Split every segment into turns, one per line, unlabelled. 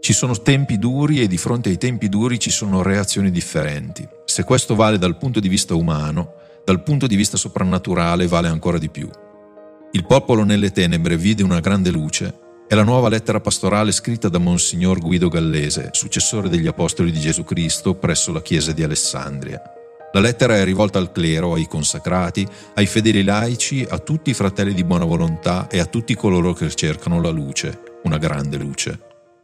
Ci sono tempi duri e di fronte ai tempi duri ci sono reazioni differenti. Se questo vale dal punto di vista umano, dal punto di vista soprannaturale vale ancora di più. Il popolo nelle tenebre vide una grande luce è la nuova lettera pastorale scritta da Monsignor Guido Gallese, successore degli Apostoli di Gesù Cristo presso la Chiesa di Alessandria. La lettera è rivolta al clero, ai consacrati, ai fedeli laici, a tutti i fratelli di buona volontà e a tutti coloro che cercano la luce, una grande luce.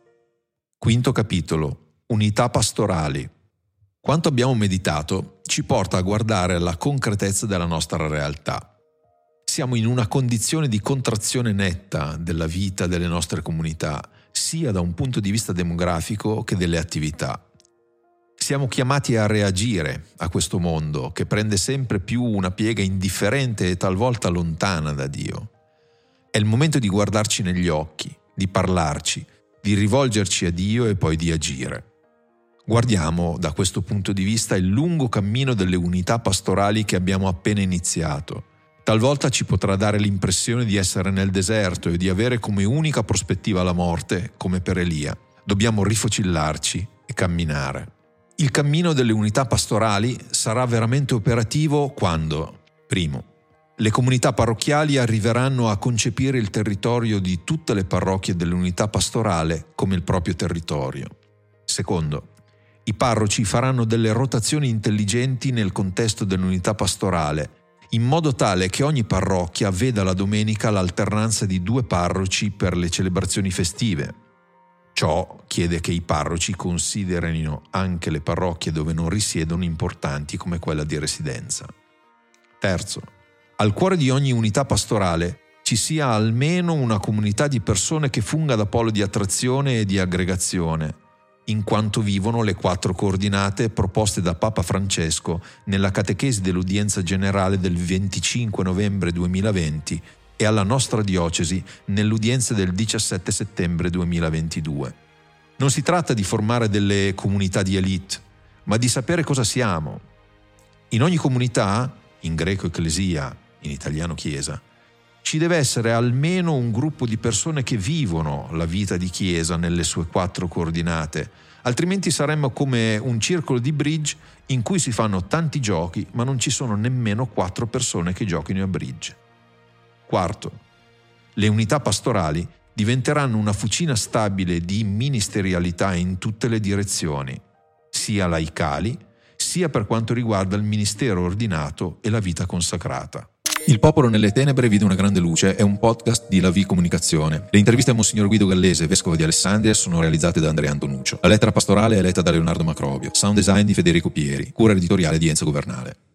Quinto capitolo. Unità pastorali. Quanto abbiamo meditato ci porta a guardare la concretezza della nostra realtà. Siamo in una condizione di contrazione netta della vita delle nostre comunità, sia da un punto di vista demografico che delle attività. Siamo chiamati a reagire a questo mondo che prende sempre più una piega indifferente e talvolta lontana da Dio. È il momento di guardarci negli occhi, di parlarci, di rivolgerci a Dio e poi di agire. Guardiamo da questo punto di vista il lungo cammino delle unità pastorali che abbiamo appena iniziato. Talvolta ci potrà dare l'impressione di essere nel deserto e di avere come unica prospettiva la morte, come per Elia. Dobbiamo rifocillarci e camminare. Il cammino delle unità pastorali sarà veramente operativo quando, primo, le comunità parrocchiali arriveranno a concepire il territorio di tutte le parrocchie dell'unità pastorale come il proprio territorio. Secondo, i parroci faranno delle rotazioni intelligenti nel contesto dell'unità pastorale, in modo tale che ogni parrocchia veda la domenica l'alternanza di 2 parroci per le celebrazioni festive. Ciò chiede che i parroci considerino anche le parrocchie dove non risiedono importanti come quella di residenza. Terzo, al cuore di ogni unità pastorale ci sia almeno una comunità di persone che funga da polo di attrazione e di aggregazione, in quanto vivono le 4 coordinate proposte da Papa Francesco nella catechesi dell'udienza generale del 25 novembre 2020 e alla nostra diocesi nell'udienza del 17 settembre 2022. Non si tratta di formare delle comunità di elite, ma di sapere cosa siamo. In ogni comunità, in greco ecclesia, in italiano chiesa, ci deve essere almeno un gruppo di persone che vivono la vita di chiesa nelle sue 4 coordinate, altrimenti saremmo come un circolo di bridge in cui si fanno tanti giochi ma non ci sono nemmeno 4 persone che giochino a bridge. Quarto, le unità pastorali diventeranno una fucina stabile di ministerialità in tutte le direzioni, sia laicali, sia per quanto riguarda il ministero ordinato e la vita consacrata. Il popolo nelle tenebre vide una grande luce è un podcast di La Vie Comunicazione. Le interviste a Monsignor Guido Gallese, vescovo di Alessandria, sono realizzate da Andrea Antonuccio. La lettera pastorale è letta da Leonardo Macrobio. Sound design di Federico Pieri. Cura editoriale di Enzo Governale.